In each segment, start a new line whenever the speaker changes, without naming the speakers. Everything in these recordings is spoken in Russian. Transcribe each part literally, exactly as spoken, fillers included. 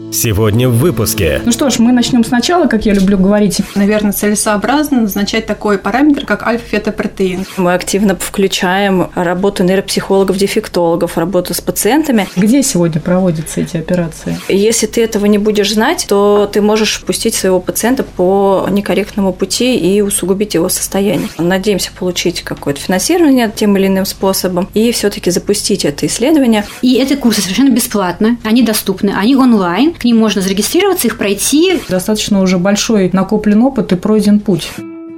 Сегодня в выпуске.
Ну что ж, мы начнем сначала, как я люблю говорить.
Наверное, целесообразно назначать такой параметр, как альфа-фетопротеин.
Мы активно включаем работу нейропсихологов-дефектологов, работу с пациентами.
Где сегодня проводятся эти операции?
Если ты этого не будешь знать, то ты можешь пустить своего пациента по некорректному пути и усугубить его состояние. Надеемся получить какое-то финансирование тем или иным способом и все-таки запустить это исследование.
И эти курсы совершенно бесплатны, они доступны, они онлайн. К ним можно зарегистрироваться, их пройти.
Достаточно уже большой накоплен опыт и пройден путь.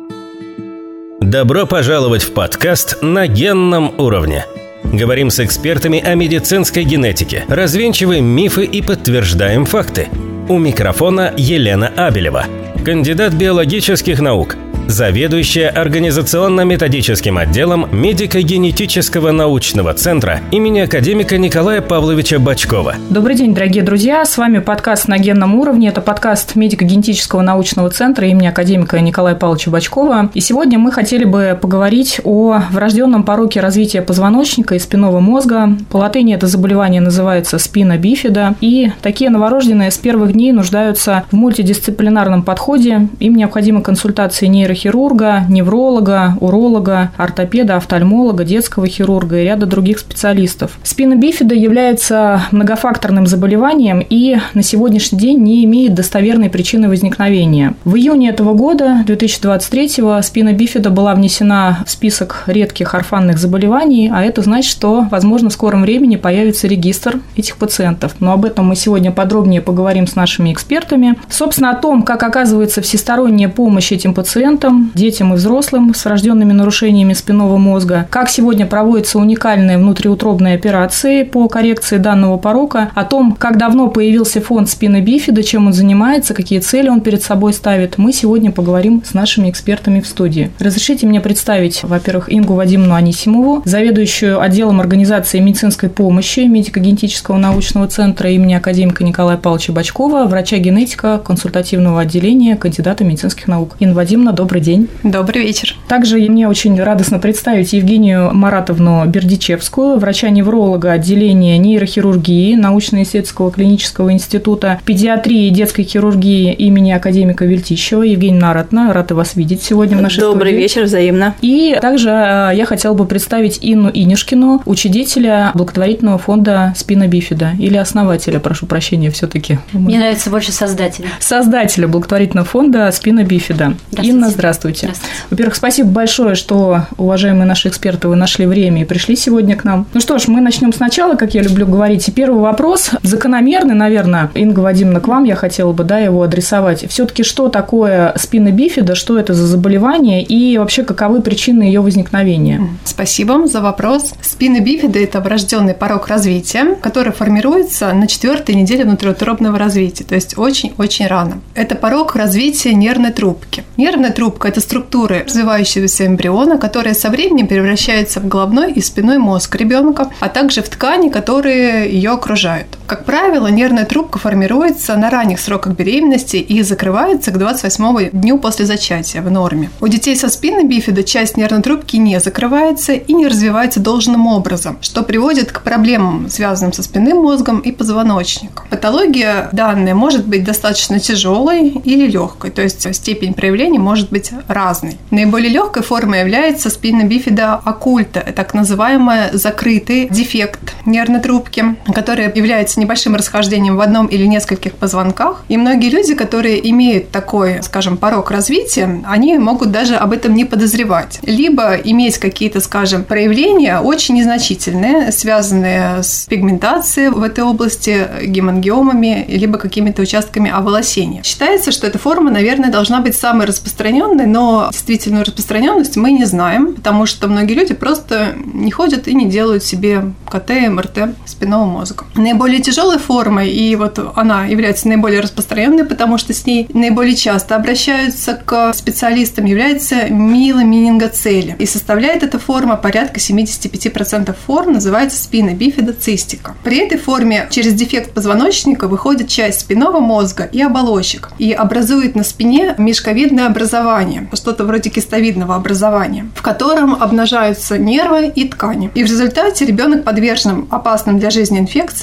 Добро пожаловать в подкаст «На генном уровне». Говорим с экспертами о медицинской генетике, развенчиваем мифы и подтверждаем факты. У микрофона Елена Абелева, кандидат биологических наук, заведующая организационно-методическим отделом медико-генетического научного центра имени академика Николая Павловича Бочкова.
Добрый день, дорогие друзья. С вами подкаст «На генном уровне». Это подкаст медико-генетического научного центра имени академика Николая Павловича Бочкова. И сегодня мы хотели бы поговорить о врожденном пороке развития позвоночника и спинного мозга. По латыни это заболевание называется спина бифида. И такие новорожденные с первых дней нуждаются в мультидисциплинарном подходе. Им необходимы консультации нейрохирурга, хирурга, невролога, уролога, ортопеда, офтальмолога, детского хирурга и ряда других специалистов. Спина бифида является многофакторным заболеванием и на сегодняшний день не имеет достоверной причины возникновения. В июне этого года, две тысячи двадцать третьего, спина бифида была внесена в список редких орфанных заболеваний, а это значит, что, возможно, в скором времени появится регистр этих пациентов. Но об этом мы сегодня подробнее поговорим с нашими экспертами. Собственно, о том, как оказывается всесторонняя помощь этим пациентам, детям и взрослым с врожденными нарушениями спинного мозга, как сегодня проводятся уникальные внутриутробные операции по коррекции данного порока, о том, как давно появился фонд спины бифида, чем он занимается, какие цели он перед собой ставит, мы сегодня поговорим с нашими экспертами в студии. Разрешите мне представить, во-первых, Ингу Вадимовну Анисимову, заведующую отделом организации медицинской помощи медико-генетического научного центра имени академика Николая Павловича Бочкова, врача-генетика консультативного отделения, кандидата медицинских наук. Инна Вадимовна, добрый день.
Добрый вечер.
Также мне очень радостно представить Евгению Маратовну Бердичевскую, врача-невролога отделения нейрохирургии научно-исследовательского клинического института педиатрии и детской хирургии имени академика Вельтищева. Евгения Маратовна, рада вас видеть сегодня в нашей
Добрый
студии.
Добрый вечер, взаимно.
И также я хотела бы представить Инну Инюшкину, учредителя благотворительного фонда спина бифида, или основателя, прошу прощения, все-таки.
Мне нравится больше создателя.
Создателя благотворительного фонда спина бифида. Инна, здравствуйте. Здравствуйте. Во-первых, спасибо большое, что, уважаемые наши эксперты, вы нашли время и пришли сегодня к нам. Ну что ж, мы начнем сначала, как я люблю говорить. И первый вопрос, закономерный, наверное, Инга Вадимовна, к вам я хотела бы, да, его адресовать. Все-таки что такое спина бифида, что это за заболевание и вообще каковы причины ее возникновения?
Спасибо за вопрос. Спина бифида – это врожденный порок развития, который формируется на четвертой неделе внутриутробного развития, то есть очень-очень рано. Это порок развития нервной трубки. Нервная трубка – это структуры развивающегося эмбриона, которые со временем превращаются в головной и спинной мозг ребенка, а также в ткани, которые ее окружают. Как правило, нервная трубка формируется на ранних сроках беременности и закрывается к двадцать восьмому дню после зачатия в норме. У детей со спиной бифида часть нервной трубки не закрывается и не развивается должным образом, что приводит к проблемам, связанным со спинным мозгом и позвоночником. Патология данная может быть достаточно тяжелой или легкой, то есть степень проявления может быть разный. Наиболее легкой формой является спина бифида оккульта, так называемый закрытый дефект нервной трубки, который является небольшим расхождением в одном или нескольких позвонках. И многие люди, которые имеют такой, скажем, порок развития, они могут даже об этом не подозревать. Либо иметь какие-то, скажем, проявления очень незначительные, связанные с пигментацией в этой области, гемангиомами, либо какими-то участками оволосения. Считается, что эта форма, наверное, должна быть самой распространенной, но действительную распространенность мы не знаем, потому что многие люди просто не ходят и не делают себе КТ, МРТ спинного мозга. Наиболее тяжелой формой, и вот она является наиболее распространенной, потому что с ней наиболее часто обращаются к специалистам, является миеломенингоцелия. И составляет эта форма порядка семьдесят пять процентов форм, называется спина бифида цистика. При этой форме через дефект позвоночника выходит часть спинного мозга и оболочек и образует на спине мешковидное образование, что-то вроде кистовидного образования, в котором обнажаются нервы и ткани. И в результате ребенок подвержен опасным для жизни инфекциям. Это может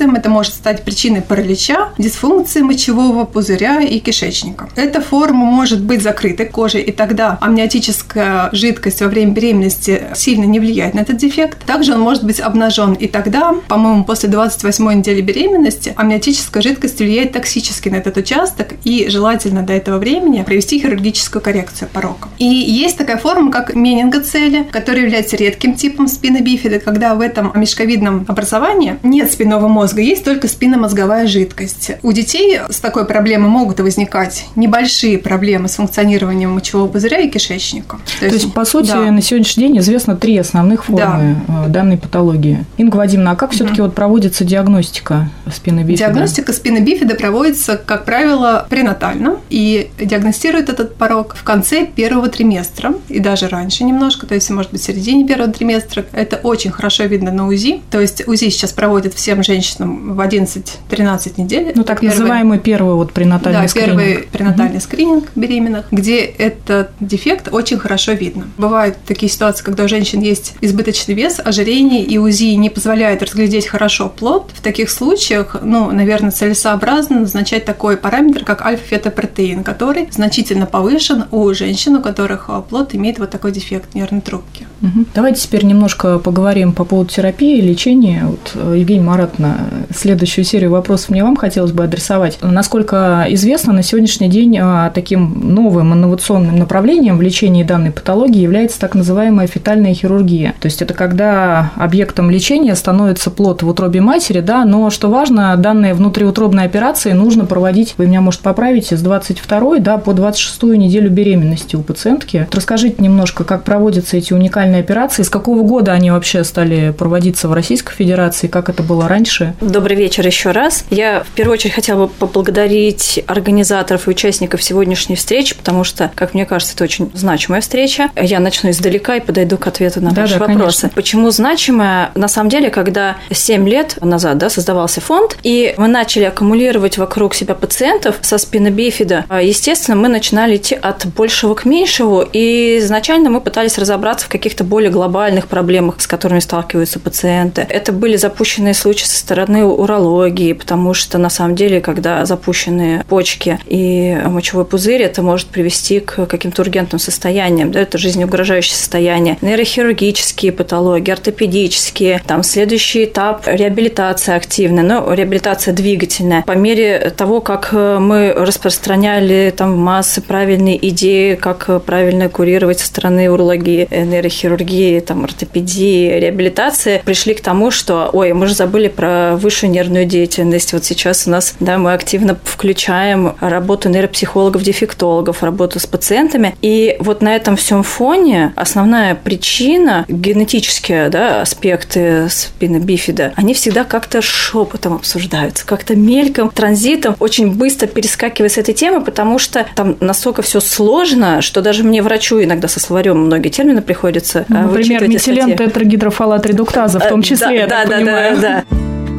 может стать причиной паралича, дисфункции мочевого пузыря и кишечника. Эта форма может быть закрытой кожей, и тогда амниотическая жидкость во время беременности сильно не влияет на этот дефект. Также он может быть обнажен, и тогда, по-моему, после двадцать восьмой недели беременности амниотическая жидкость влияет токсически на этот участок, и желательно до этого времени провести хирургическую коррекцию порока. И есть такая форма, как менингоцели, которая является редким типом спины бифида, когда в этом мешковидном образовании нет спинного мозга, есть только спинномозговая жидкость. У детей с такой проблемой могут возникать небольшие проблемы с функционированием мочевого пузыря и кишечника.
То, То есть, есть, по сути, да. на сегодняшний день известно три основных формы да. данной патологии. Инга Вадимовна, а как все-таки угу. вот проводится диагностика спины бифида?
Диагностика спины бифида проводится, как правило, пренатально, и диагностирует этот порок в конце первого триместра, и даже раньше немножко, то есть, может быть, в середине первого триместра. Это очень хорошо видно на УЗИ. То есть, УЗИ сейчас проводят всем женщинам в одиннадцать-тринадцать недель.
Ну, так первый, называемый первый вот пренатальный
да,
скрининг.
Да, первый пренатальный угу. скрининг беременных, где этот дефект очень хорошо видно. Бывают такие ситуации, когда у женщин есть избыточный вес, ожирение, и УЗИ не позволяет разглядеть хорошо плод. В таких случаях, ну, наверное, целесообразно назначать такой параметр, как альфа-фетопротеин, который значительно повышен у женщин, у которых плод имеет вот такой дефект нервной трубки.
Угу. Давайте теперь немножко поговорим по поводу терапии и лечения. Вот, Евгения Маратовна, следующую серию вопросов мне вам хотелось бы адресовать. Насколько известно, на сегодняшний день таким новым инновационным направлением в лечении данной патологии является так называемая фетальная хирургия. То есть это когда объектом лечения становится плод в утробе матери, да, но что важно, данные внутриутробные операции нужно проводить, вы меня, может, поправите, с двадцать второй да, по двадцать шестую неделю беременности у пациентки. Вот расскажите немножко, как проводятся эти уникальные операции, с какого года они вообще стали проводиться в Российской Федерации, как это было раньше?
Добрый вечер еще раз. Я в первую очередь хотела бы поблагодарить организаторов и участников сегодняшней встречи, потому что, как мне кажется, это очень значимая встреча. Я начну издалека и подойду к ответу на да, ваши да, вопросы. Конечно. Почему значимая? На самом деле, когда семь лет назад да, создавался фонд, и мы начали аккумулировать вокруг себя пациентов со спины бифида, естественно, мы начинали идти от большего к меньшему, и изначально мы пытались разобраться в каких-то более глобальных проблемах, с которыми сталкиваются пациенты. Это были запущенные случаи со стороны урологии, потому что, на самом деле, когда запущены почки и мочевой пузырь, это может привести к каким-то ургентным состояниям, да, это жизнеугрожающее состояние. Нейрохирургические патологии, ортопедические, там следующий этап – реабилитация активная, но реабилитация двигательная. По мере того, как мы распространяли там массы правильные идеи, как правильно курировать со стороны урологии, нейрохирургии, там, ортопедии, реабилитации, пришли к тому, что, ой, мы же забыли про высшую нервную деятельность. Вот сейчас у нас, да, мы активно включаем работу нейропсихологов-дефектологов, работу с пациентами. И вот на этом всем фоне основная причина, генетические, да, аспекты спины бифида, они всегда как-то шепотом обсуждаются, как-то мельком, транзитом, очень быстро перескакивая с этой темы, потому что там настолько все сложно, что даже мне, врачу, иногда со словарем многие термины приходится
ну, например, метилен тетрагидрофолат редуктаза, в том числе,
да,
я так
да,
понимаю.
Да, да,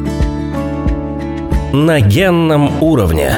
да. На генном уровне.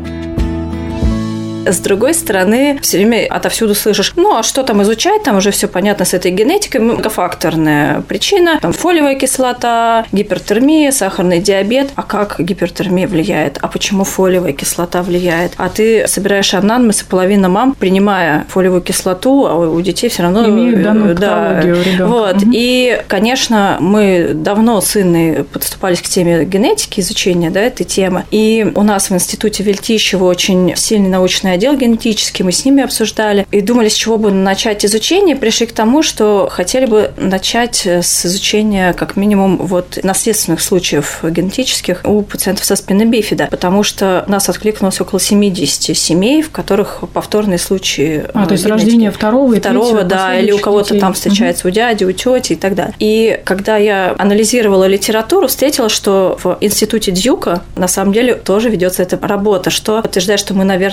С другой стороны, все время отовсюду слышишь, ну, а что там изучать, там уже все понятно с этой генетикой, многофакторная причина, там фолиевая кислота, гипертермия, сахарный диабет. А как гипертермия влияет? А почему фолиевая кислота влияет? А ты собираешь анамнез, и половина мам, принимая фолиевую кислоту, а у детей все равно...
Имеют данную патологию у ребенка.
Вот. Угу. И, конечно, мы давно с Инной подступались к теме генетики, изучения, да, этой темы. И у нас в институте Вельтищева очень сильный научный отдел генетический, мы с ними обсуждали и думали, с чего бы начать изучение, пришли к тому, что хотели бы начать с изучения как минимум вот наследственных случаев генетических у пациентов со спины бифида, потому что у нас откликнулось около семьдесят семей, в которых повторные случаи
А, то есть рождение второго и
второго,
третьего,
да, или у кого-то детей. Там встречается угу. у дяди, у тети и так далее. И когда я анализировала литературу, встретила, что в институте Дьюка на самом деле тоже ведется эта работа, что подтверждает, что мы на верном пути.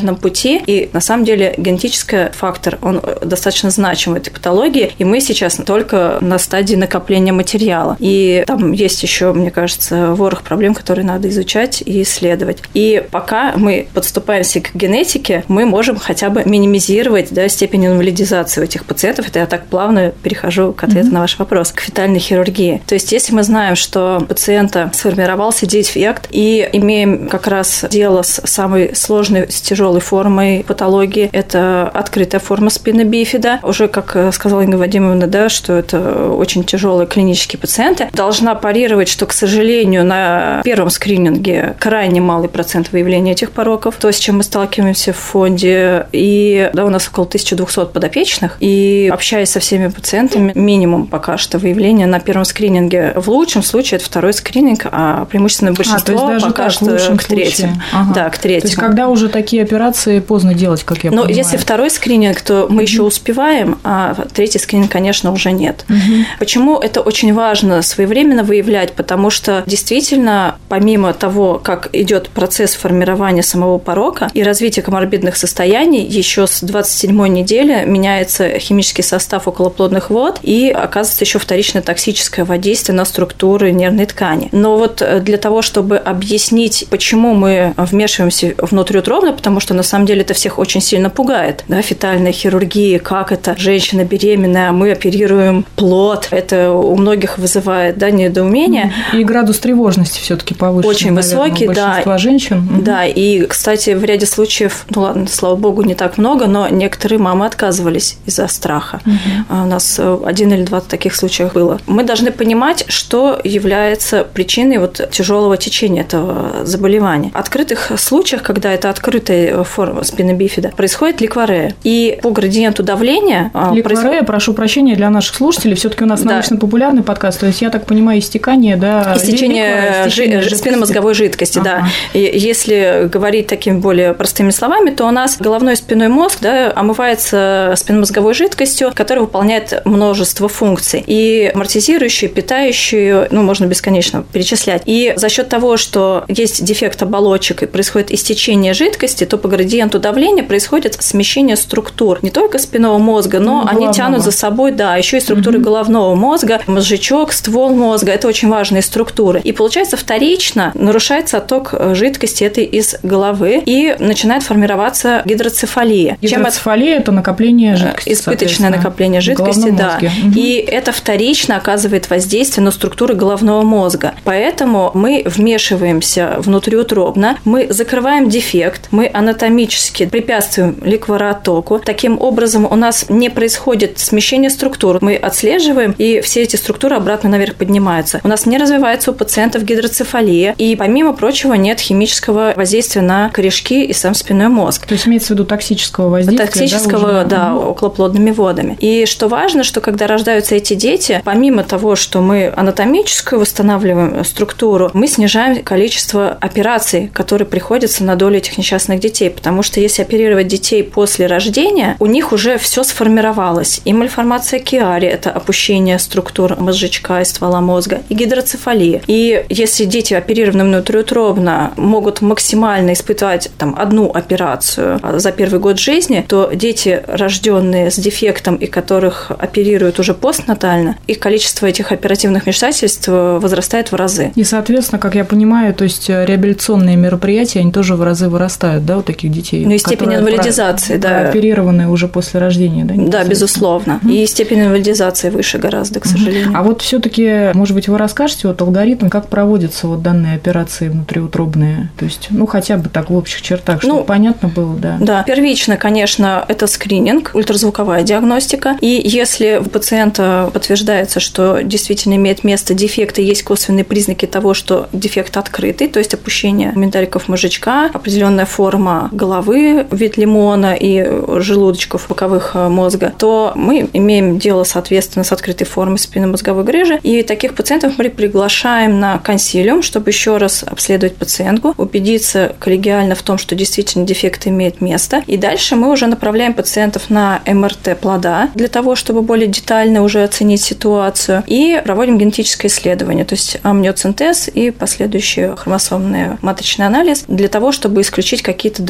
расти. И на самом деле генетический фактор, он достаточно значим в этой патологии, и мы сейчас только на стадии накопления материала. И там есть еще, мне кажется, ворох проблем, которые надо изучать и исследовать. И пока мы подступаемся к генетике, мы можем хотя бы минимизировать, да, степень инвалидизации у этих пациентов. Это я так плавно перехожу к ответу mm-hmm. на ваш вопрос, к фетальной хирургии. То есть, если мы знаем, что у пациента сформировался дефект, и имеем как раз дело с самой сложной, с тяжелой формой патологии, это открытая форма спины бифида. Уже, как сказала Инга Вадимовна, да, что это очень тяжелые клинические пациенты. Должна парировать, что, к сожалению, на первом скрининге крайне малый процент выявления этих пороков, то, с чем мы сталкиваемся в фонде. И да, у нас около тысяча двести подопечных. И общаясь со всеми пациентами, минимум пока что выявления на первом скрининге. В лучшем случае это второй скрининг, а преимущественно большинство а, то есть даже пока так, что к третьему. Ага. Да, к третьему.
То есть, когда уже такие операции поздно делать, как я
Но
понимаю.
Если второй скрининг, то мы mm-hmm. еще успеваем, а третий скрининг, конечно, уже нет. Mm-hmm. Почему это очень важно своевременно выявлять? Потому что действительно, помимо того, как идет процесс формирования самого порока и развития коморбидных состояний, еще с двадцать седьмой недели меняется химический состав околоплодных вод и оказывается еще вторичное токсическое воздействие на структуры нервной ткани. Но вот для того, чтобы объяснить, почему мы вмешиваемся внутриутробно, потому что на самом деле это всех очень сильно пугает, да, фетальная хирургия, как это, женщина беременная, мы оперируем плод, это у многих вызывает, да, недоумение.
И градус тревожности все-таки повышен.
Очень наверное, высокий, у
большинства
да.
женщин.
Да, и, кстати, в ряде случаев, ну ладно, слава богу, не так много, но некоторые мамы отказывались из-за страха. Угу. У нас один или два таких случаев было. Мы должны понимать, что является причиной вот тяжелого течения этого заболевания. В открытых случаях, когда это открытая форма спины бифида, происходит ликворея. И по градиенту давления...
Ликворея, происходит... прошу прощения для наших слушателей, все-таки у нас да. научно-популярный подкаст, то есть, я так понимаю, истекание, да...
Истечение жи... спинномозговой жидкости, ага. да. И если говорить такими более простыми словами, то у нас головной спинной мозг, да, омывается спинномозговой жидкостью, которая выполняет множество функций. И амортизирующую, питающую, ну, можно бесконечно перечислять. И за счет того, что есть дефект оболочек и происходит истечение жидкости, то по градиенту давления происходит смещение структур не только спинного мозга, но ну, они головного. Тянут за собой, да, еще и структуры угу. головного мозга, мозжечок, ствол мозга. Это очень важные структуры. И получается, вторично нарушается отток жидкости этой из головы и начинает формироваться гидроцефалия.
Гидроцефалия – это накопление жидкости.
Избыточное накопление жидкости, да. Угу. И это вторично оказывает воздействие на структуры головного мозга. Поэтому мы вмешиваемся внутриутробно, мы закрываем дефект, мы анатомически препятствуем ликвороотоку. Таким образом, у нас не происходит смещение структур. Мы отслеживаем, и все эти структуры обратно наверх поднимаются. У нас не развивается у пациентов гидроцефалия, и, помимо прочего, нет химического воздействия на корешки и сам спинной мозг.
То есть, имеется в виду токсического воздействия?
Токсического, да, да угу. околоплодными водами. И что важно, что когда рождаются эти дети, помимо того, что мы анатомическую восстанавливаем структуру, мы снижаем количество операций, которые приходятся на долю этих несчастных детей. Потому что если оперировать детей после рождения, у них уже все сформировалось. И мальформация Киари – это опущение структур мозжечка и ствола мозга, и гидроцефалия. И если дети, оперированы внутриутробно, могут максимально испытывать там, одну операцию за первый год жизни, то дети, рожденные с дефектом и которых оперируют уже постнатально, их количество этих оперативных вмешательств возрастает в разы.
И, соответственно, как я понимаю, то есть реабилитационные мероприятия, они тоже в разы вырастают, да, у таких детей?
Ну и степень инвалидизации, про... да.
Оперированные уже после рождения, да?
Да, безусловно. Угу. И степень инвалидизации выше гораздо, к сожалению.
Угу. А вот все-таки, может быть, вы расскажете вот алгоритм, как проводятся вот данные операции внутриутробные? То есть, ну, хотя бы так в общих чертах, чтобы ну, понятно было, да.
Да. Первично, конечно, это скрининг, ультразвуковая диагностика. И если у пациента подтверждается, что действительно имеет место дефект и есть косвенные признаки того, что дефект открытый, то есть опущение миндаликов мозжечка, определенная форма головы, вид лимона и желудочков боковых мозга, то мы имеем дело, соответственно, с открытой формой спинномозговой грыжи. И таких пациентов мы приглашаем на консилиум, чтобы еще раз обследовать пациентку, убедиться коллегиально в том, что действительно дефект имеет место. И дальше мы уже направляем пациентов на эм эр тэ плода для того, чтобы более детально уже оценить ситуацию. И проводим генетическое исследование, то есть амниоцентез и последующий хромосомный маточный анализ для того, чтобы исключить какие-то другие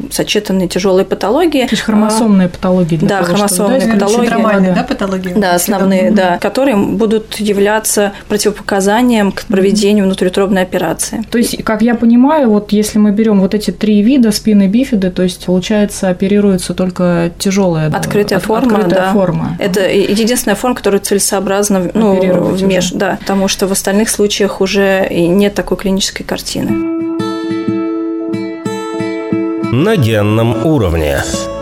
сочетанные тяжелые патологии.
То есть хромосомные патологии. Для
да,
того,
хромосомные
чтобы, да,
патологии.
Центромальные, да, патологии?
Да, основные, да, которые будут являться противопоказанием к проведению внутриутробной операции.
То есть, как я понимаю, вот если мы берем вот эти три вида спины бифиды, то есть, получается, оперируется только тяжелая
открытая
от,
форма,
открытая
да.
форма.
Это единственная форма, которую целесообразно ну, вмеш... да, потому что в остальных случаях уже нет такой клинической картины.
На генном уровне.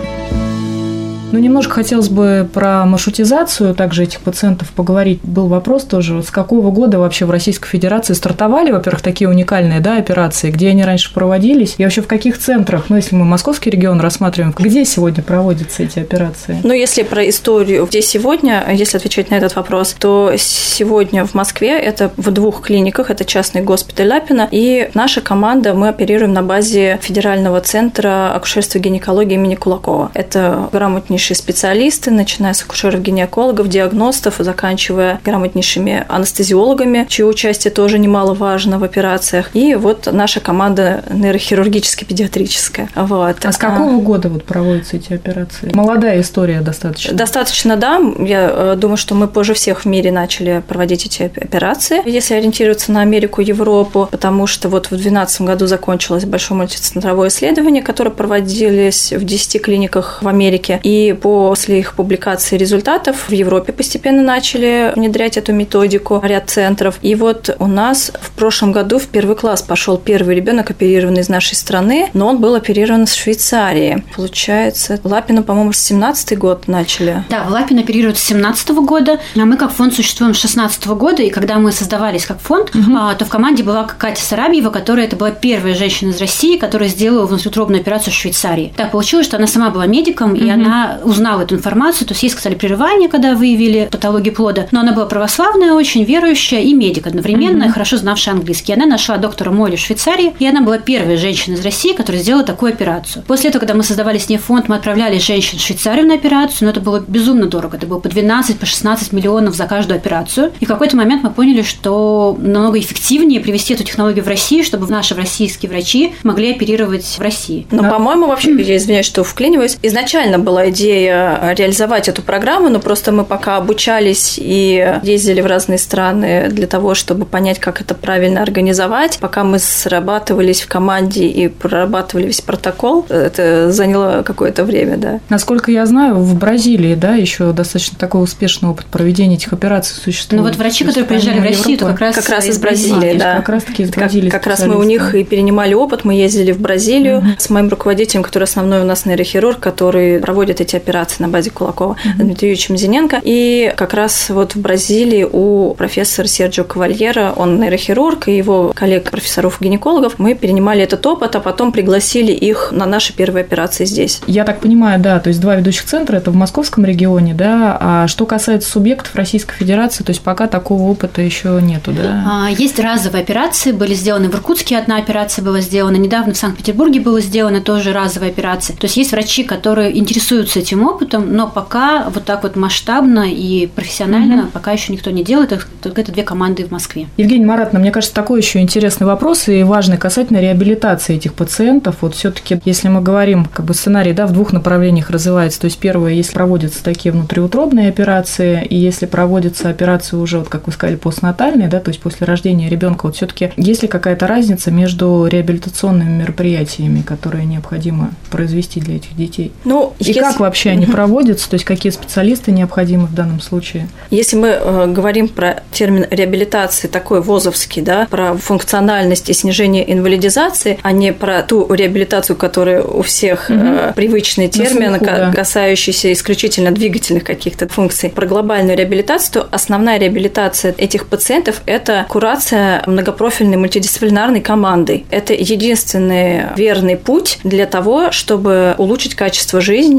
Ну, немножко хотелось бы про маршрутизацию также этих пациентов поговорить. Был вопрос тоже, с какого года вообще в Российской Федерации стартовали, во-первых, такие уникальные, да, операции, где они раньше проводились, и вообще в каких центрах, ну, если мы московский регион рассматриваем, где сегодня проводятся эти операции?
Ну, если про историю, где сегодня, если отвечать на этот вопрос, то сегодня в Москве это в двух клиниках, это частный госпиталь Лапина, и наша команда, мы оперируем на базе Федерального центра акушерства и гинекологии имени Кулакова. Это грамотнейшие специалисты, начиная с акушеров-гинекологов, диагностов, заканчивая грамотнейшими анестезиологами, чье участие тоже немаловажно в операциях. И вот наша команда нейрохирургически-педиатрическая. Вот.
А с какого года вот проводятся эти операции? Молодая история достаточно.
Достаточно, да. Я думаю, что мы позже всех в мире начали проводить эти операции. Если ориентироваться на Америку, Европу, потому что вот в две тысячи двенадцатом году закончилось большое мультицентровое исследование, которое проводились в десяти клиниках в Америке. И после их публикации результатов в Европе постепенно начали внедрять эту методику, ряд центров. И вот у нас в прошлом году в первый класс пошел первый ребенок, оперированный из нашей страны, но он был оперирован в Швейцарии. Получается, Лапина, по-моему, с семнадцатый год начали.
Да, в Лапина оперируют с семнадцатого года, а мы как фонд существуем с шестнадцатого года, и когда мы создавались как фонд, угу. то в команде была Катя Сарабьева, которая это была первая женщина из России, которая сделала внутриутробную операцию в Швейцарии. Так получилось, что она сама была медиком, угу. и она узнала эту информацию, то есть ей сказали прерывание, когда выявили патологию плода, но она была православная, очень верующая и медик одновременно, mm-hmm. хорошо знавшая английский. Она нашла доктора Молли в Швейцарии, и она была первой женщиной из России, которая сделала такую операцию. После этого, когда мы создавали с ней фонд, мы отправляли женщин в Швейцарию на операцию, но это было безумно дорого, это было по двенадцать, по шестнадцать миллионов за каждую операцию. И в какой-то момент мы поняли, что намного эффективнее привести эту технологию в Россию, чтобы наши российские врачи могли оперировать в России.
Но,
да.
по-моему, вообще, я извиняюсь, что вклиниваюсь, изначально была идея реализовать эту программу, но просто мы пока обучались и ездили в разные страны для того, чтобы понять, как это правильно организовать. Пока мы срабатывались в команде и прорабатывали весь протокол, это заняло какое-то время, да.
Насколько я знаю, в Бразилии, да, еще достаточно такой успешный опыт проведения этих операций существует.
Ну вот врачи, которые приезжали в Россию, то как раз,
как раз из Бразилии, да.
Как раз таки из Бразилии.
Как, как раз мы у них и перенимали опыт, мы ездили в Бразилию угу. с моим руководителем, который основной у нас нейрохирург, который проводит эти операции на базе Кулакова, mm-hmm. Дмитрием Юрьевичем Зиненко. И как раз вот в Бразилии у профессора Серджио Кавальера, он нейрохирург, и его коллег-профессоров-гинекологов, мы перенимали этот опыт, а потом пригласили их на наши первые операции здесь.
Я так понимаю, да, то есть два ведущих центра, это в московском регионе, да, а что касается субъектов Российской Федерации, то есть пока такого опыта еще нету, да?
Есть разовые операции, были сделаны в Иркутске, одна операция была сделана, недавно в Санкт-Петербурге была сделана тоже разовая операция. То есть есть врачи, которые интересуются этим опытом, но пока вот так вот масштабно и профессионально угу. пока еще никто не делает, только это две команды в Москве.
Евгения Маратовна, мне кажется, такой еще интересный вопрос и важный касательно реабилитации этих пациентов. Вот все-таки, если мы говорим, как бы сценарий, да, в двух направлениях развивается, то есть первое, если проводятся такие внутриутробные операции, и если проводятся операции уже, вот как вы сказали, постнатальные, да, то есть после рождения ребенка, вот все-таки есть ли какая-то разница между реабилитационными мероприятиями, которые необходимо произвести для этих детей?
Ну,
и
если...
как вообще они проводятся, то есть какие специалисты необходимы в данном случае?
Если мы э, говорим про термин реабилитации такой вузовский, да, про функциональность и снижение инвалидизации, а не про ту реабилитацию, которая у всех угу. э, привычный термин, слуху, да. касающийся исключительно двигательных каких-то функций, про глобальную реабилитацию, то основная реабилитация этих пациентов – это курация многопрофильной мультидисциплинарной командой. Это единственный верный путь для того, чтобы улучшить качество жизни этих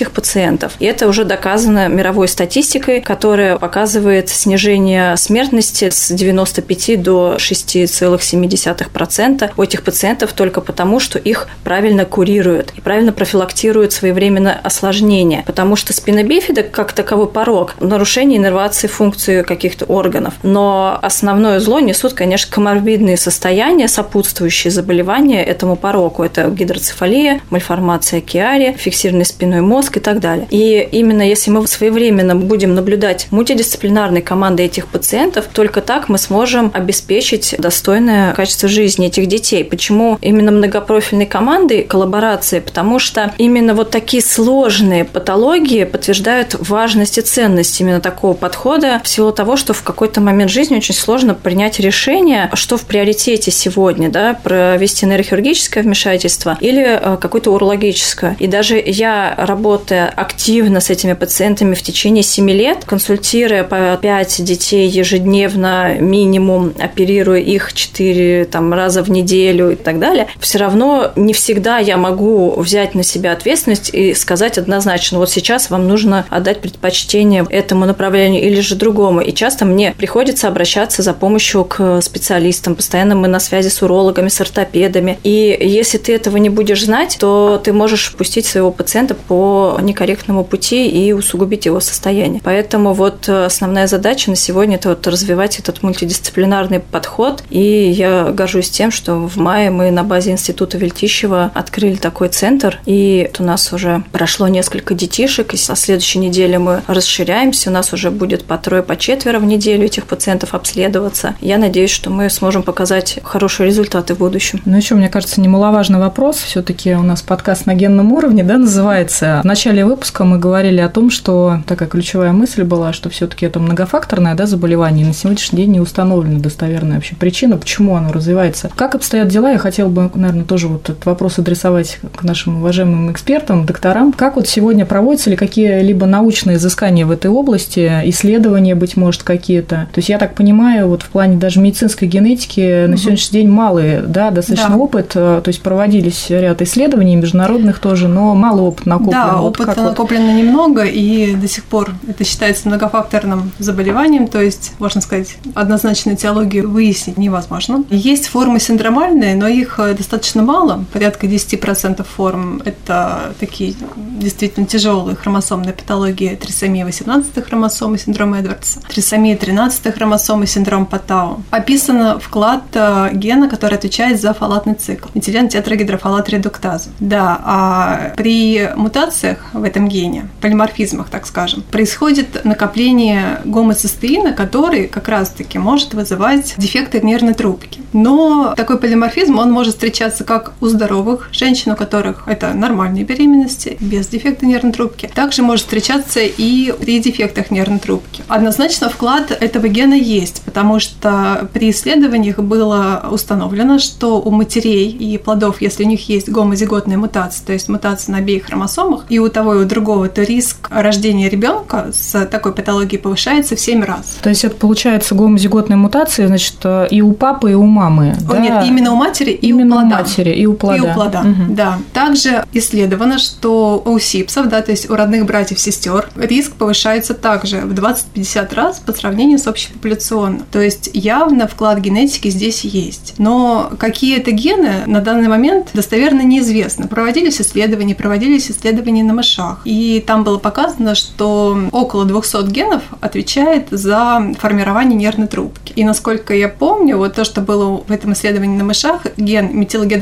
этих пациентов. И это уже доказано мировой статистикой, которая показывает снижение смертности с девяноста пяти до шести целых семи десятых процента у этих пациентов только потому, что их правильно курируют и правильно профилактируют своевременно осложнения. Потому что спина бифида, как таковой порок, нарушение иннервации функции каких-то органов. Но основное зло несут, конечно, коморбидные состояния, сопутствующие заболевания этому пороку. Это гидроцефалия, мальформация Киари, фиксированный спинной мозг и так далее. И именно если мы своевременно будем наблюдать мультидисциплинарной командой этих пациентов, только так мы сможем обеспечить достойное качество жизни этих детей. Почему именно многопрофильной командой коллаборации? Потому что именно вот такие сложные патологии подтверждают важность и ценность именно такого подхода в силу того, что в какой-то момент жизни очень сложно принять решение, что в приоритете сегодня, да, провести нейрохирургическое вмешательство или какое-то урологическое. И даже я, работая активно с этими пациентами в течение семи лет, консультируя по пять детей ежедневно минимум, оперируя их четыре там, раза в неделю и так далее, все равно не всегда я могу взять на себя ответственность и сказать однозначно, вот сейчас вам нужно отдать предпочтение этому направлению или же другому. И часто мне приходится обращаться за помощью к специалистам. Постоянно мы на связи с урологами, с ортопедами. И если ты этого не будешь знать, то ты можешь пустить своего пациента по некорректному пути и усугубить его состояние. Поэтому вот основная задача на сегодня – это вот развивать этот мультидисциплинарный подход. И я горжусь тем, что в мае мы на базе Института Вельтищева открыли такой центр. И у нас уже прошло несколько детишек. И со следующей недели мы расширяемся. У нас уже будет по трое, по четверо в неделю этих пациентов обследоваться. Я надеюсь, что мы сможем показать хорошие результаты в будущем.
Ну, еще, мне кажется, немаловажный вопрос. Все-таки у нас подкаст на генном уровне, да, называется. В начале выпуска мы говорили о том, что такая ключевая мысль была, что все-таки это многофакторное, да, заболевание. И на сегодняшний день не установлена достоверная вообще причина, почему оно развивается. Как обстоят дела? Я хотела бы, наверное, тоже вот этот вопрос адресовать к нашим уважаемым экспертам, докторам. Как вот сегодня проводятся ли какие-либо научные изыскания в этой области, исследования, быть может, какие-то? То есть я так понимаю, вот в плане даже медицинской генетики угу. на сегодняшний день малый, да, достаточно да. опыт, то есть проводились ряд исследований международных тоже, но мало опыта накоплено.
Да,
вот
опыта накоплено вот? немного, и до сих пор это считается многофакторным заболеванием, то есть, можно сказать, однозначно этиологию выяснить невозможно. Есть формы синдромальные, но их достаточно мало, порядка десять процентов форм – это такие действительно тяжелые хромосомные патологии, трисомия восемнадцатой хромосомы, синдром Эдвардса, трисомия тринадцатой хромосомы, синдром Паттау. Описан вклад гена, который отвечает за фолатный цикл, метилен-тетрагидрофолат-редуктазу. Да, а при мутациях в этом гене, полиморфизмах, так скажем, происходит накопление гомоцистеина, который как раз-таки может вызывать дефекты в нервной трубке. Но такой полиморфизм, он может встречаться как у здоровых женщин, у которых это нормальные беременности, без дефекта нервной трубки. Также может встречаться и при дефектах нервной трубки. Однозначно вклад этого гена есть, потому что при исследованиях было установлено, что у матерей и плодов, если у них есть гомозиготная мутация, то есть мутация на обеих хромосомах, и у того, и у другого, то риск рождения ребенка с такой патологией повышается в семь раз.
То есть это получается гомозиготная мутация, значит, и у папы, и у мамы.
О, да? Нет, именно у матери и
именно
у плода.
у матери и у плода.
И у плода, угу. да. Также исследовано, что у сипсов, да, то есть у родных братьев-сестер, риск повышается также в двадцать-пятьдесят раз по сравнению с общепопуляционным. То есть явно вклад генетики здесь есть. Но какие это гены на данный момент достоверно неизвестно. Проводились исследования, проводились исследования на мышах. И там было показано, что около двухсот генов отвечает за формирование нервной трубки. И насколько я помню, вот то, что было в этом исследовании на мышах, ген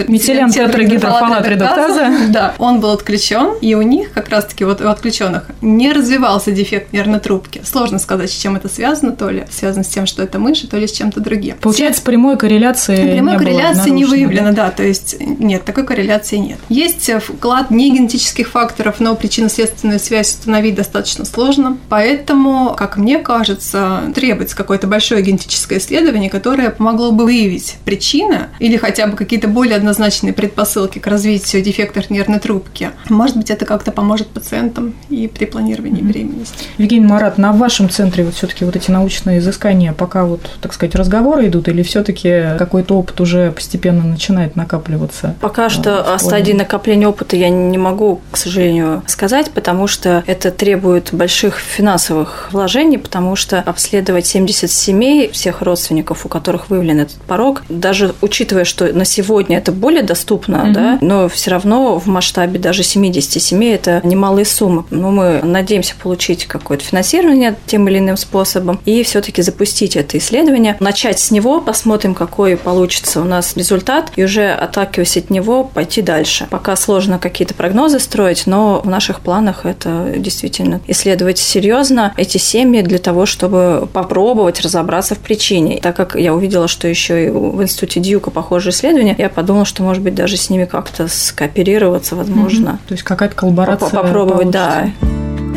метилен-тетрагидрофолат-редуктаза, да, он был отключен, и у них как раз-таки вот у отключенных не развивался дефект нервной трубки. Сложно сказать, с чем это связано, то ли связано с тем, что это мыши, то ли с чем-то другим.
Получается, прямой корреляции
прямой
не
корреляции
было
не выявлено, да? да, то есть нет, такой корреляции нет. Есть вклад негенетических факторов, но причинно-следственную связь установить достаточно сложно, поэтому, как мне кажется, требуется какое-то большое генетическое исследование, которое помогло бы выявить причины или хотя бы какие-то более однозначные предпосылки к развитию дефектов нервной трубки. Может быть, это как-то поможет пациентам и при планировании mm-hmm. беременности.
Евгений Марат, на вашем центре вот все-таки вот эти научные изыскания пока вот, так сказать, разговоры идут, или все-таки какой-то опыт уже постепенно начинает накапливаться?
Пока что о стадии накопления опыта я не могу, к сожалению, сожалению, сказать, потому что это требует больших финансовых вложений, потому что обследовать семьдесят семей, всех родственников, у которых выявлен этот порог, даже учитывая, что на сегодня это более доступно, mm-hmm. да, но все равно в масштабе даже семьдесят семей это немалые суммы. Но мы надеемся получить какое-то финансирование тем или иным способом и все-таки запустить это исследование, начать с него, посмотрим, какой получится у нас результат, и уже, отталкиваясь от него, пойти дальше. Пока сложно какие-то прогнозы строить, но в наших планах это действительно исследовать серьезно эти семьи для того, чтобы попробовать разобраться в причине. Так как я увидела, что еще и в институте Дьюка похожие исследования, я подумала, что, может быть, даже с ними как-то скооперироваться возможно.
Mm-hmm. То есть какая-то коллаборация
попробовать, получится. Да.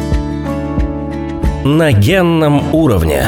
На генном уровне.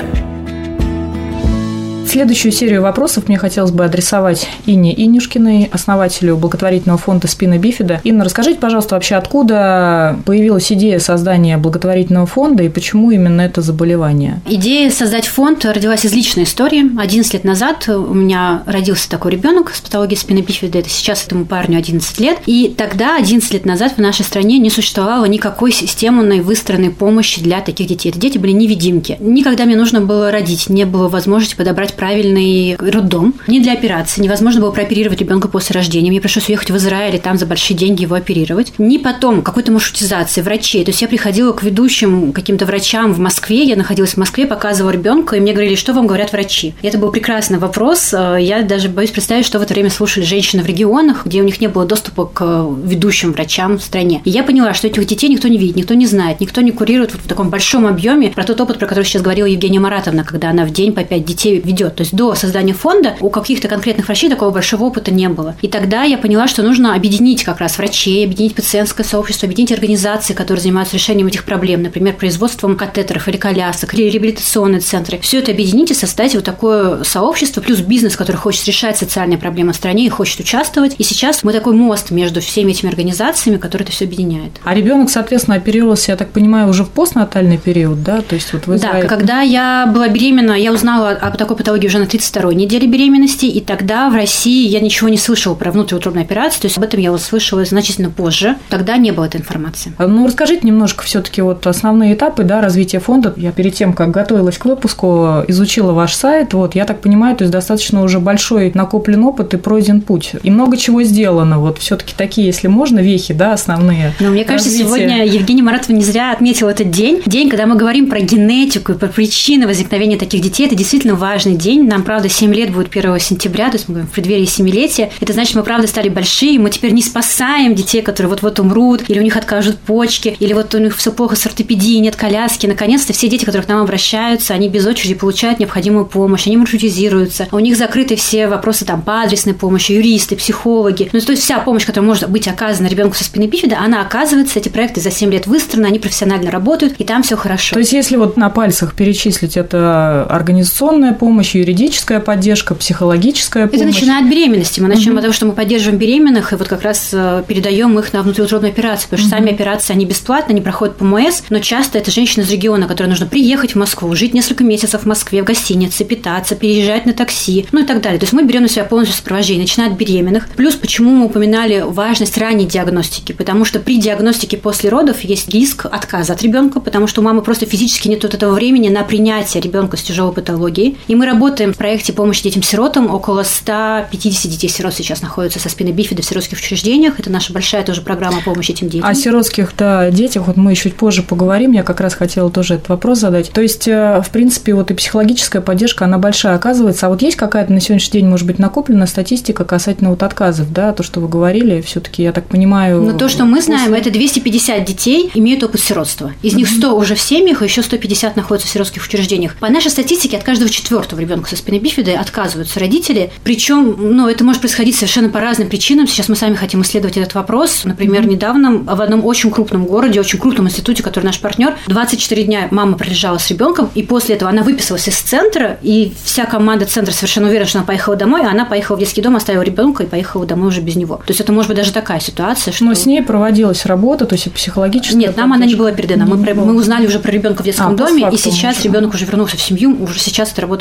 Следующую серию вопросов мне хотелось бы адресовать Инне Инюшкиной, основателю благотворительного фонда «Спина Бифида». Инна, расскажите, пожалуйста, вообще, откуда появилась идея создания благотворительного фонда и почему именно это заболевание?
Идея создать фонд родилась из личной истории. одиннадцать лет назад у меня родился такой ребенок с патологией спины бифида. Это сейчас этому парню одиннадцать лет. И тогда, одиннадцать лет назад, в нашей стране не существовало никакой системной выстроенной помощи для таких детей. Эти дети были невидимки. Никогда мне нужно было родить, не было возможности подобрать правильный роддом. Ни для операции. Невозможно было прооперировать ребенка после рождения. Мне пришлось уехать в Израиль и там за большие деньги его оперировать. Ни потом какой-то маршрутизации, врачей. То есть я приходила к ведущим каким-то врачам в Москве. Я находилась в Москве, показывала ребенка, и мне говорили, что вам говорят врачи. И это был прекрасный вопрос. Я даже боюсь представить, что в это время слушали женщины в регионах, где у них не было доступа к ведущим врачам в стране. И я поняла, что этих детей никто не видит, никто не знает, никто не курирует вот в таком большом объеме про тот опыт, про который сейчас говорила Евгения Маратовна, когда она в день по пять детей ведет. То есть до создания фонда у каких-то конкретных врачей такого большого опыта не было. И тогда я поняла, что нужно объединить как раз врачей, объединить пациентское сообщество, объединить организации, которые занимаются решением этих проблем, например, производством катетеров или колясок, или реабилитационные центры. Все это объединить и создать вот такое сообщество, плюс бизнес, который хочет решать социальные проблемы в стране и хочет участвовать. И сейчас мы такой мост между всеми этими организациями, которые это все объединяет.
А ребенок, соответственно, оперировался, я так понимаю, уже в постнатальный период, да? То есть вот в Израиле...
Да, когда я была беременна, я узнала о такой патологии уже на тридцать второй неделе беременности, и тогда в России я ничего не слышала про внутриутробную операцию, то есть об этом я услышала значительно позже. Тогда не было этой информации.
Ну, расскажите немножко все-таки вот основные этапы, да, развития фонда. Я перед тем, как готовилась к выпуску, изучила ваш сайт. Вот, я так понимаю, то есть достаточно уже большой накоплен опыт и пройден путь. И много чего сделано. Вот все-таки такие, если можно, вехи, да, основные.
Но мне кажется, развития. Сегодня Евгения Маратовна не зря отметила этот день. День, когда мы говорим про генетику и про причины возникновения таких детей. Это действительно важный день. Нам, правда, семь лет будет первого сентября, то есть мы говорим в преддверии семилетия. Это значит, мы, правда, стали большие, мы теперь не спасаем детей, которые вот-вот умрут, или у них откажут почки, или вот у них все плохо с ортопедией, нет коляски. Наконец-то все дети, которые к нам обращаются, они без очереди получают необходимую помощь, они маршрутизируются, у них закрыты все вопросы там по адресной помощи, юристы, психологи. Ну, то есть вся помощь, которая может быть оказана ребенку со спиной бифида, она оказывается, эти проекты за семь лет выстроены, они профессионально работают, и там все хорошо.
То есть если вот на пальцах перечислить, это организационная помощь, юридическая поддержка, психологическая помощь.
Это начиная от беременности. Мы начнем mm-hmm. от того, что мы поддерживаем беременных и вот как раз передаем их на внутриутробную операцию, потому что mm-hmm. сами операции, они бесплатны, они проходят по МОЭС, но часто это женщины из региона, которой нужно приехать в Москву, жить несколько месяцев в Москве, в гостинице, питаться, переезжать на такси, ну и так далее. То есть мы берем на себя полностью сопровождение, начиная от беременных. Плюс, почему мы упоминали важность ранней диагностики, потому что при диагностике после родов есть риск отказа от ребенка, потому что у мамы просто физически нет вот этого времени на принятие ребенка с тяжелой патологией. И мы работаем в проекте помощи детям-сиротам. Около ста пятидесяти детей-сирот сейчас находятся со спиной бифида в сиротских учреждениях. Это наша большая тоже программа помощи этим детям.
О сиротских-то детях вот мы чуть позже поговорим. Я как раз хотела тоже этот вопрос задать. То есть, в принципе, вот и психологическая поддержка, она большая оказывается. А вот есть какая-то на сегодняшний день, может быть, накоплена статистика касательно вот отказов, да, то, что вы говорили, все-таки, я так понимаю...
Но то, что мы знаем, после... это двести пятьдесят детей имеют опыт сиротства. Из них сто уже в семьях, а еще сто пятьдесят находятся в сиротских учреждениях. По нашей статистике, от каждого четвертого ребенка со спиной бифида отказываются родители. Причем, ну, это может происходить совершенно по разным причинам. Сейчас мы сами хотим исследовать этот вопрос. Например, mm-hmm. недавно в одном очень крупном городе, очень крупном институте, который наш партнер, двадцать четыре дня мама пролежала с ребенком, и после этого она выписалась из центра, и вся команда центра совершенно уверена, что она поехала домой, а она поехала в детский дом, оставила ребенка и поехала домой уже без него. То есть это может быть даже такая ситуация, что...
Но с ней проводилась работа, то есть психологическая...
Нет, нам она не была передана. Мы, мы узнали уже про ребенка в детском а, доме, и сейчас ребенок уже вернулся в семью, уже сейчас эта работа проведена.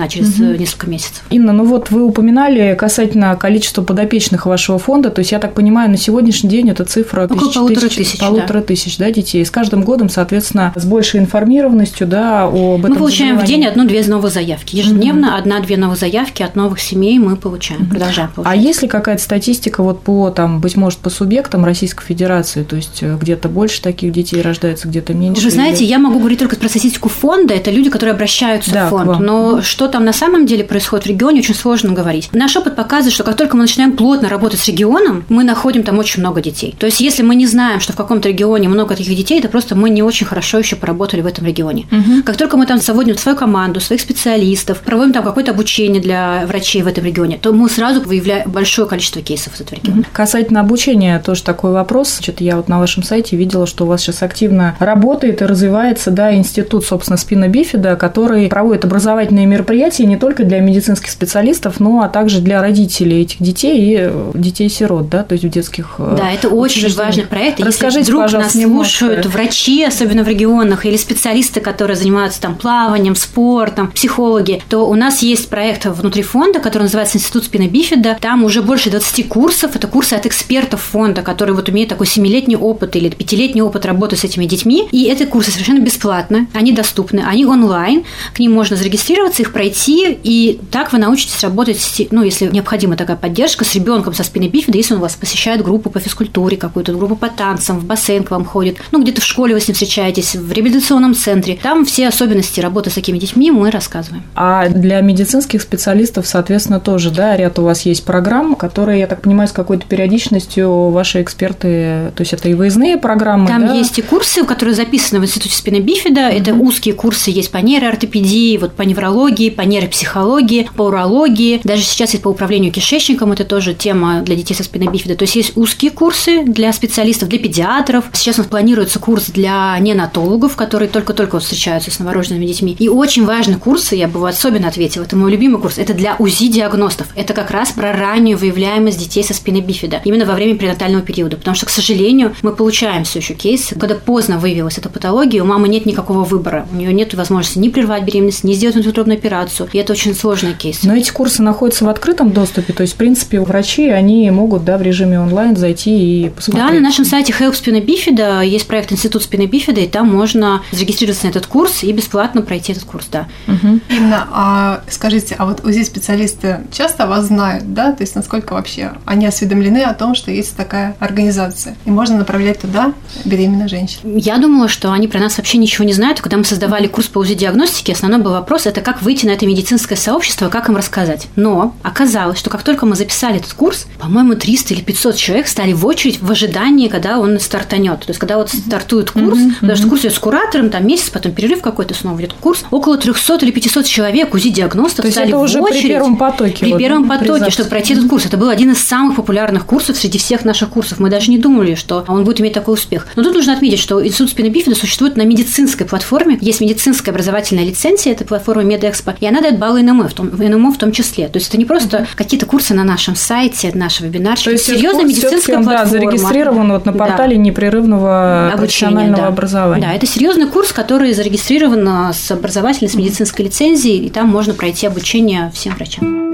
жена через угу. несколько месяцев.
Инна, ну вот вы упоминали касательно количества подопечных вашего фонда, то есть я так понимаю, на сегодняшний день эта цифра
около полутора тысяч,
полутора
да.
тысяч да, детей. И с каждым годом, соответственно, с большей информированностью, да, об этом.
Мы получаем в день одну-две новые заявки. Ежедневно угу. одна-две новые заявки от новых семей мы получаем, угу. продолжаем получать.
А есть ли какая-то статистика вот по, там, быть может, по субъектам Российской Федерации, то есть где-то больше таких детей рождается, где-то меньше?
Вы знаете, или... я могу говорить только про статистику фонда, это люди, которые обращаются да, в фонд, но что там на самом деле происходит в регионе, очень сложно говорить. Наш опыт показывает, что как только мы начинаем плотно работать с регионом, мы находим там очень много детей. То есть если мы не знаем, что в каком-то регионе много таких детей, это просто мы не очень хорошо еще поработали в этом регионе. Угу. Как только мы там заводим свою команду, своих специалистов, проводим там какое-то обучение для врачей в этом регионе, то мы сразу выявляем большое количество кейсов из этого региона. Угу.
Касательно обучения, тоже такой вопрос. Что-то я вот на вашем сайте видела, что у вас сейчас активно работает и развивается, да, институт, собственно, спина бифида, который проводит образовательные мероприятия не только для медицинских специалистов, но а также для родителей этих детей и детей-сирот, да, то есть в детских
Да, это очень важный проект.
Расскажите,
если вдруг
нас
слушают
немножко.
Врачи, особенно в регионах, или специалисты, которые занимаются там плаванием, спортом, психологи, то у нас есть проект внутри фонда, который называется Институт спины бифида. Там уже больше двадцати курсов. Это курсы от экспертов фонда, которые вот имеют такой семилетний опыт или пятилетний опыт работы с этими детьми. И эти курсы совершенно бесплатны, они доступны, они онлайн, к ним можно зарегистрироваться, их пройти, и так вы научитесь работать, ну, если необходима такая поддержка, с ребенком со спиной бифида, если он у вас посещает группу по физкультуре, какую-то группу по танцам, в бассейн к вам ходит, ну, где-то в школе вы с ним встречаетесь, в реабилитационном центре. Там все особенности работы с такими детьми мы рассказываем.
А для медицинских специалистов, соответственно, тоже, да, ряд у вас есть программ, которые, я так понимаю, с какой-то периодичностью ваши эксперты, то есть это и выездные программы,
Там
да?
есть и курсы, которые записаны в Институте спины бифида. Mm-hmm. Это узкие курсы есть по нейроортопедии, вот по неврологии, по нейропсихологии, по урологии. Даже сейчас есть по управлению кишечником, это тоже тема для детей со спиной бифида. То есть есть узкие курсы для специалистов, для педиатров. Сейчас у нас планируется курс для неонатологов, которые только-только вот встречаются с новорожденными детьми. И очень важный курс, я бы особенно ответила, это мой любимый курс, это для УЗИ-диагностов. Это как раз про раннюю выявляемость детей со спиной бифида, именно во время перинатального периода. Потому что, к сожалению, мы получаем все еще кейсы, когда поздно выявилась эта патология, у мамы нет никакого выбора. У нее нет возможности ни прервать беременность, ни сделать внутриутробную операцию. И это очень сложный кейс.
Но эти курсы находятся в открытом доступе, то есть, в принципе, врачи, они могут, да, в режиме онлайн зайти и посмотреть.
Да, на нашем сайте Help спина бифида есть проект Институт спины бифида, и там можно зарегистрироваться на этот курс и бесплатно пройти этот курс, да.
Угу.
Инна, а скажите, а вот УЗИ-специалисты часто вас знают, да? То есть, насколько вообще они осведомлены о том, что есть такая организация, и можно направлять туда беременных женщин?
Я думала, что они про нас вообще ничего не знают. Когда мы создавали курс по УЗИ-диагностике, основной был вопрос, это как выйти на это медицинское сообщество, как им рассказать. Но оказалось, что как только мы записали этот курс, по-моему, триста или пятьсот человек стали в очередь в ожидании, когда он стартанет. То есть, когда вот стартует курс, mm-hmm. потому что курс идет с куратором, там месяц, потом перерыв какой-то, снова идет курс, около трехсот или пятисот человек УЗИ-диагностов стали в очередь.
При первом потоке.
При
вот,
первом
да,
потоке, чтобы пройти этот курс. Это был один из самых популярных курсов среди всех наших курсов. Мы даже не думали, что он будет иметь такой успех. Но тут нужно отметить, что Институт спины бифида существует на медицинской платформе. Есть медицинская образовательная лицензия, это платформа Медэкспо, и она дает баллы эн эм эф, в том, эн эм эф в том числе. То есть это не просто mm-hmm. какие-то курсы на нашем сайте, наш вебинарчик. Это серьезная медицинская платформа.
Да, зарегистрирован вот на портале да. непрерывного обучения, профессионального
да.
образования.
Да, это серьезный курс, который зарегистрирован с образовательной, с медицинской лицензией, и там можно пройти обучение всем врачам.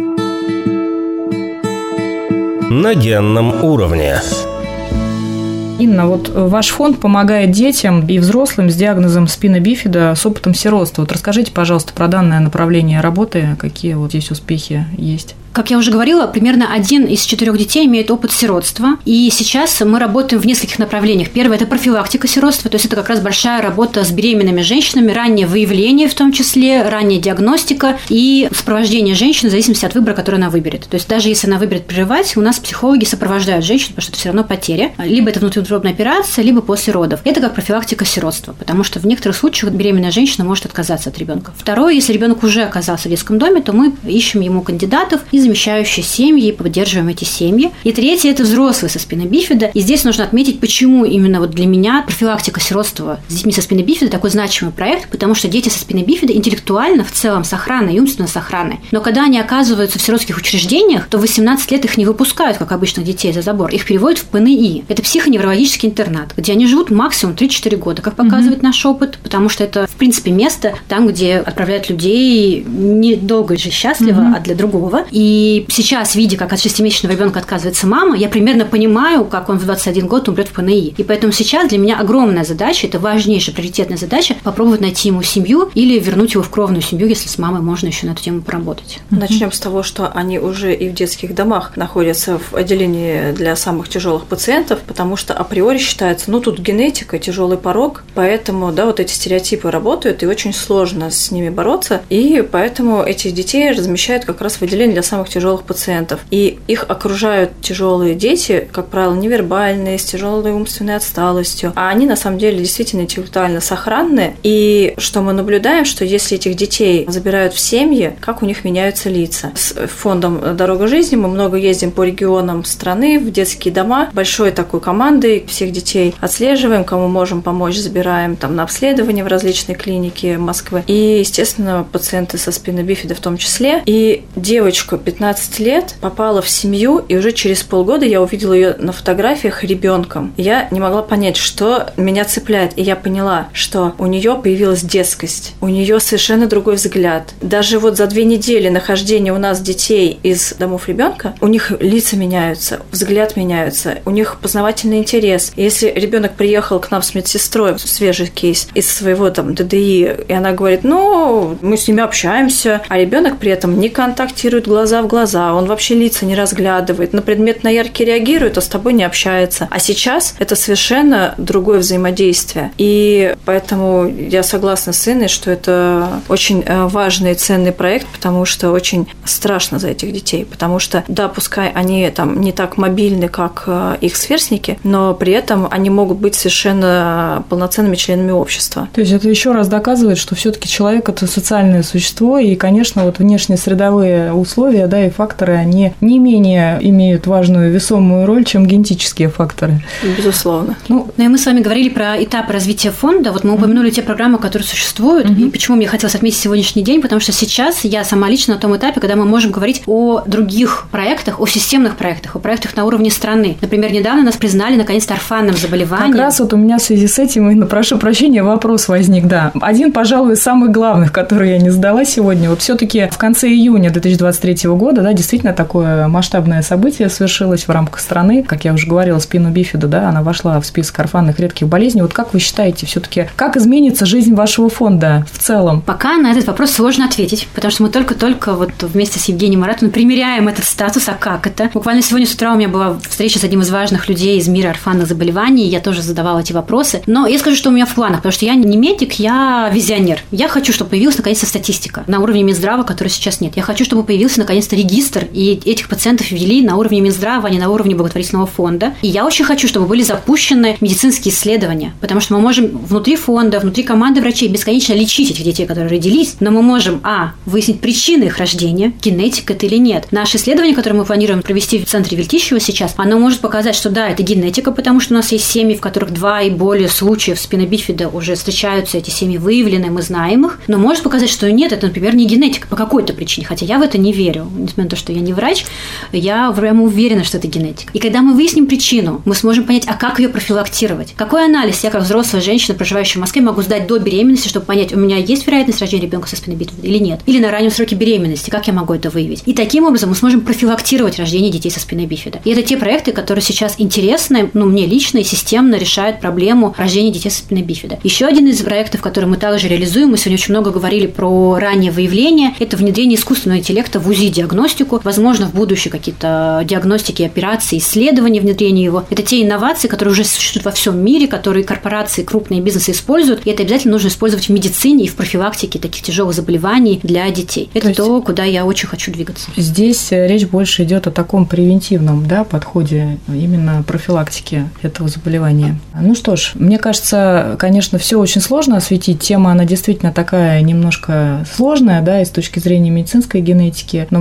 На генном уровне.
Инна, вот ваш фонд помогает детям и взрослым с диагнозом спина бифида с опытом сиротства. Вот расскажите, пожалуйста, про данное направление работы, какие вот здесь успехи есть.
Как я уже говорила, примерно один из четырех детей имеет опыт сиротства. И сейчас мы работаем в нескольких направлениях. Первое – это профилактика сиротства, то есть это как раз большая работа с беременными женщинами, раннее выявление в том числе, ранняя диагностика и сопровождение женщины в зависимости от выбора, который она выберет. То есть даже если она выберет прерывать, у нас психологи сопровождают женщину, потому что это все равно потеря. Либо это внутриутробная операция, либо после родов. Это как профилактика сиротства, потому что в некоторых случаях беременная женщина может отказаться от ребенка. Второе – если ребенок уже оказался в детском доме, то мы ищем ему кандидатов и замещающие семьи, и поддерживаем эти семьи. И третье – это взрослые со спины бифида. И здесь нужно отметить, почему именно вот для меня профилактика сиротства с детьми со спины бифида такой значимый проект, потому что дети со спины бифида интеллектуально в целом сохранны и умственно сохранны. Но когда они оказываются в сиротских учреждениях, то в восемнадцать лет их не выпускают, как обычных детей, за забор. Их переводят в ПНИ. Это психоневрологический интернат, где они живут максимум три-четыре года, как показывает mm-hmm. наш опыт, потому что это, в принципе, место там, где отправляют людей недолго же счастливо, mm-hmm. а для другого. И сейчас, видя, как от шестимесячного ребенка отказывается мама, я примерно понимаю, как он в двадцать один год умрет в ПНИ. И поэтому сейчас для меня огромная задача, это важнейшая, приоритетная задача, попробовать найти ему семью или вернуть его в кровную семью, если с мамой можно еще на эту тему поработать.
Начнем с того, что они уже и в детских домах находятся в отделении для самых тяжелых пациентов, потому что априори считается, ну, тут генетика, тяжелый порог, поэтому, да, вот эти стереотипы работают, и очень сложно с ними бороться, и поэтому этих детей размещают как раз в отделении для самых тяжелых пациентов. И их окружают тяжелые дети, как правило, невербальные, с тяжелой умственной отсталостью, а они, на самом деле, действительно интеллектуально сохранны, и что мы наблюдаем, что если этих детей забирают в семьи, как у них меняются лица. С фондом «Дорога жизни» мы много ездим по регионам страны, в детские дома, большой такой командой, всех детей отслеживаем, кому можем помочь, забираем там на обследование в различные клиники Москвы. И, естественно, пациенты со спины бифида в том числе. И девочка пятнадцать лет попала в семью, и уже через полгода я увидела ее на фотографиях ребенком. Я не могла понять, что меня цепляет. И я поняла, что у нее появилась детскость, у нее совершенно другой взгляд. Даже вот за две недели нахождения у нас детей из домов ребенка, у них лица меняются, взгляд меняется, у них познавательный интерес. И если ребенок приехал к нам с медсестрой, свежий кейс, из своего там ДДИ, и она говорит, ну, мы с ними общаемся, а ребенок при этом не контактирует глаза в глаза, он вообще лица не разглядывает, на предмет на яркий реагирует, а с тобой не общается. А сейчас это совершенно другое взаимодействие. И поэтому я согласна с Инной, что это очень важный и ценный проект, потому что очень страшно за этих детей, потому что, да, пускай они там не так мобильны, как их сверстники, но при этом они могут быть совершенно полноценными членами общества.
То есть это еще раз доказывает, что все-таки человек – это социальное существо, и, конечно, вот внешние средовые условия, да, и факторы, они не менее имеют важную весомую роль, чем генетические факторы.
Безусловно.
Ну, ну и мы с вами говорили про этапы развития фонда. Вот мы упомянули mm-hmm. те программы, которые существуют, mm-hmm. и почему мне хотелось отметить сегодняшний день, потому что сейчас я сама лично на том этапе, когда мы можем говорить о других проектах, о системных проектах, о проектах на уровне страны. Например, недавно нас признали наконец-то орфанным заболеванием.
Как раз вот у меня в связи с этим, Инна, прошу прощения, вопрос возник, да. Один, пожалуй, из самых главных, который я не задала сегодня. Вот все-таки в конце июня две тысячи двадцать третьего года, да, действительно такое масштабное событие совершилось в рамках страны. Как я уже говорила, спина бифида, да, она вошла в список орфанных редких болезней. Вот как вы считаете, все-таки, как изменится жизнь вашего фонда в целом?
Пока на этот вопрос сложно ответить, потому что мы только-только вот вместе с Евгением Маратовым примеряем этот статус, а как это? Буквально сегодня с утра у меня была встреча с одним из важных людей из мира орфанных заболеваний, я тоже задавала эти вопросы. Но я скажу, что у меня в планах, потому что я не медик, я визионер. Я хочу, чтобы появилась наконец-то статистика на уровне Минздрава, которой сейчас нет. Я хочу, чтобы появился наконец-то регистр, и этих пациентов ввели на уровне Минздрава, а не на уровне благотворительного фонда. И я очень хочу, чтобы были запущены медицинские исследования, потому что мы можем внутри фонда, внутри команды врачей бесконечно лечить этих детей, которые родились, но мы можем, а, выяснить причины их рождения, генетика это или нет. Наше исследование, которое мы планируем провести в центре Вельтищева сейчас, оно может показать, что да, это генетика, потому что у нас есть семьи, в которых два и более случаев спины бифида уже встречаются, эти семьи выявлены, мы знаем их, но может показать, что нет, это, например, не генетика по какой-то причине, хотя я в это не верю, несмотря на то, что я не врач, я прямо уверена, что это генетика. И когда мы выясним причину, мы сможем понять, а как ее профилактировать. Какой анализ я, как взрослая женщина, проживающая в Москве, могу сдать до беременности, чтобы понять, у меня есть вероятность рождения ребенка со спиной бифида или нет, или на раннем сроке беременности, как я могу это выявить. И таким образом мы сможем профилактировать рождение детей со спиной бифида. И это те проекты, которые сейчас интересны, ну, мне лично и системно решают проблему рождения детей со спиной бифида. Еще один из проектов, который мы также реализуем, мы сегодня очень много говорили про раннее выявление, это внедрение искусственного интеллекта в УЗИ-диагностику, возможно, в будущем какие-то диагностики, операции, исследования, внедрение его. Это те инновации, которые уже существуют во всем мире, которые корпорации, крупные бизнесы используют, и это обязательно нужно использовать в медицине и в профилактике таких тяжелых заболеваний для детей. Это то, есть, то куда я очень хочу двигаться.
Здесь речь больше идет о таком превентивном, да, подходе именно профилактики этого заболевания. Ну что ж, мне кажется, конечно, все очень сложно осветить. Тема, она действительно такая немножко сложная, да, и с точки зрения медицинской генетики. Но мне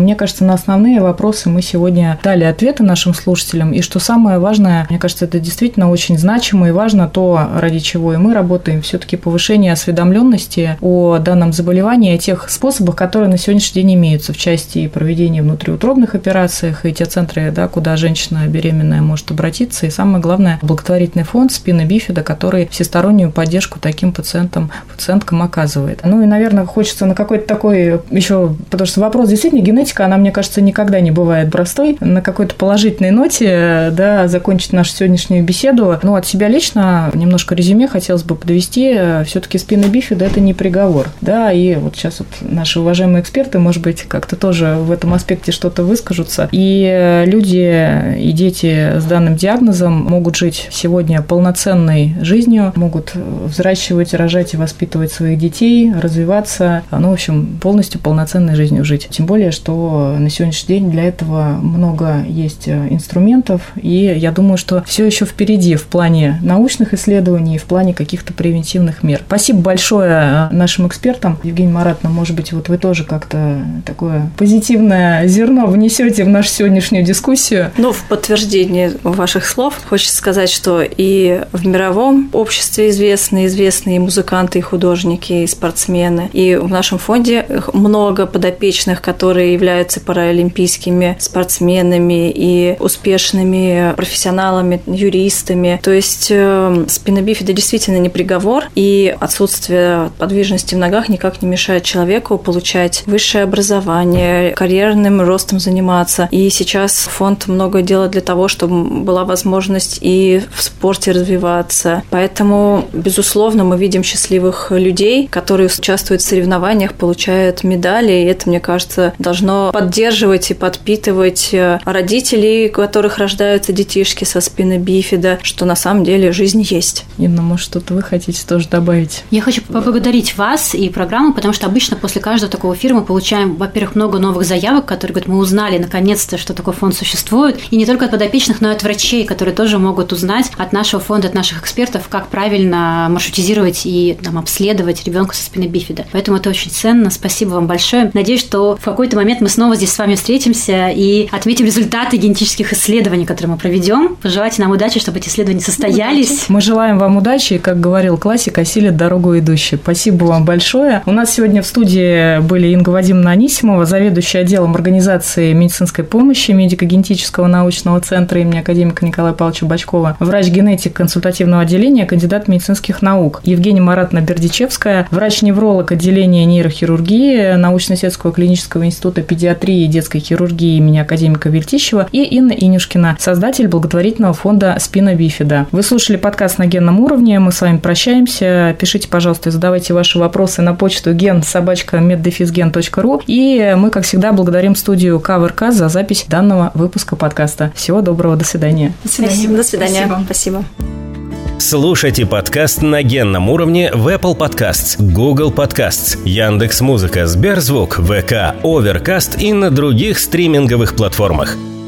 мне кажется, на основные вопросы мы сегодня дали ответы нашим слушателям. И что самое важное, мне кажется, это действительно очень значимо и важно то, ради чего и мы работаем, все-таки повышение осведомленности о данном заболевании, о тех способах, которые на сегодняшний день имеются в части проведения внутриутробных операций, и те центры, да, куда женщина беременная может обратиться. И самое главное, благотворительный фонд спина бифида, который всестороннюю поддержку таким пациентам, пациенткам оказывает. Ну и, наверное, хочется на какой-то такой еще, потому что вопрос действительно, генетика, она, мне кажется, никогда не бывает простой, на какой-то положительной ноте, да, закончить нашу сегодняшнюю беседу. Ну, от себя лично немножко резюме хотелось бы подвести. Все-таки спина бифида – это не приговор, да, и вот сейчас вот наши уважаемые эксперты, может быть, как-то тоже в этом аспекте что-то выскажутся. И люди, и дети с данным диагнозом могут жить сегодня полноценной жизнью, могут взращивать, рожать и воспитывать своих детей, развиваться, ну, в общем, полностью полноценной жизнью жить. Тем более, что на сегодняшний день для этого много есть инструментов, и я думаю, что все еще впереди в плане научных исследований, в плане каких-то превентивных мер. Спасибо большое нашим экспертам. Евгений Маратовна, может быть, вот вы тоже как-то такое позитивное зерно внесете в нашу сегодняшнюю дискуссию.
Ну, в подтверждение ваших слов хочется сказать, что и в мировом обществе известны, известные и музыканты, и художники, и спортсмены. И в нашем фонде много подопечных, которые являются паралимпийскими спортсменами и успешными профессионалами, юристами. То есть спина бифида действительно не приговор, и отсутствие подвижности в ногах никак не мешает человеку получать высшее образование, карьерным ростом заниматься. И сейчас фонд много делает для того, чтобы была возможность и в спорте развиваться. Поэтому, безусловно, мы видим счастливых людей, которые участвуют в соревнованиях, получают медали, и это, мне кажется, должно поддерживать и подпитывать родителей, у которых рождаются детишки со спиной бифида, что на самом деле жизнь есть.
Инна, может, что-то вы хотите тоже добавить?
Я хочу поблагодарить вас и программу, потому что обычно после каждого такого эфира мы получаем, во-первых, много новых заявок, которые говорят, мы узнали наконец-то, что такой фонд существует, и не только от подопечных, но и от врачей, которые тоже могут узнать от нашего фонда, от наших экспертов, как правильно маршрутизировать и там, обследовать ребенка со спиной бифида. Поэтому это очень ценно. Спасибо вам большое. Надеюсь, что в какой-то момент мы снова здесь с вами встретимся и отметим результаты генетических исследований, которые мы проведем. Пожелайте нам удачи, чтобы эти исследования состоялись.
Удачи. Мы желаем вам удачи, и, как говорил классик, осилит дорогу идущий. Спасибо вам большое. У нас сегодня в студии были Инга Вадимовна Анисимова, заведующая отделом организации медицинской помощи медико-генетического научного центра имени академика Николая Павловича Бочкова, врач-генетик консультативного отделения, кандидат медицинских наук, Евгения Маратовна Бердичевская, врач-невролог отделения нейрохирургии научно-исследовательского клинического института педиатрии и детской хирургии имени академика Вельтищева, и Инна Инюшкина, создатель благотворительного фонда спина бифида. Вы слушали подкаст «На генном уровне». Мы с вами прощаемся. Пишите, пожалуйста, и задавайте ваши вопросы на почту ген собака меддефисген точка ру. И мы, как всегда, благодарим студию КВРК за запись данного выпуска подкаста. Всего доброго, до свидания.
До свидания. Спасибо. До свидания. Спасибо. Спасибо.
Слушайте подкаст «На генном уровне» в Apple Podcasts, Google Podcasts, Яндекс.Музыка, Сберзвук, ВК, Overcast и на других стриминговых платформах.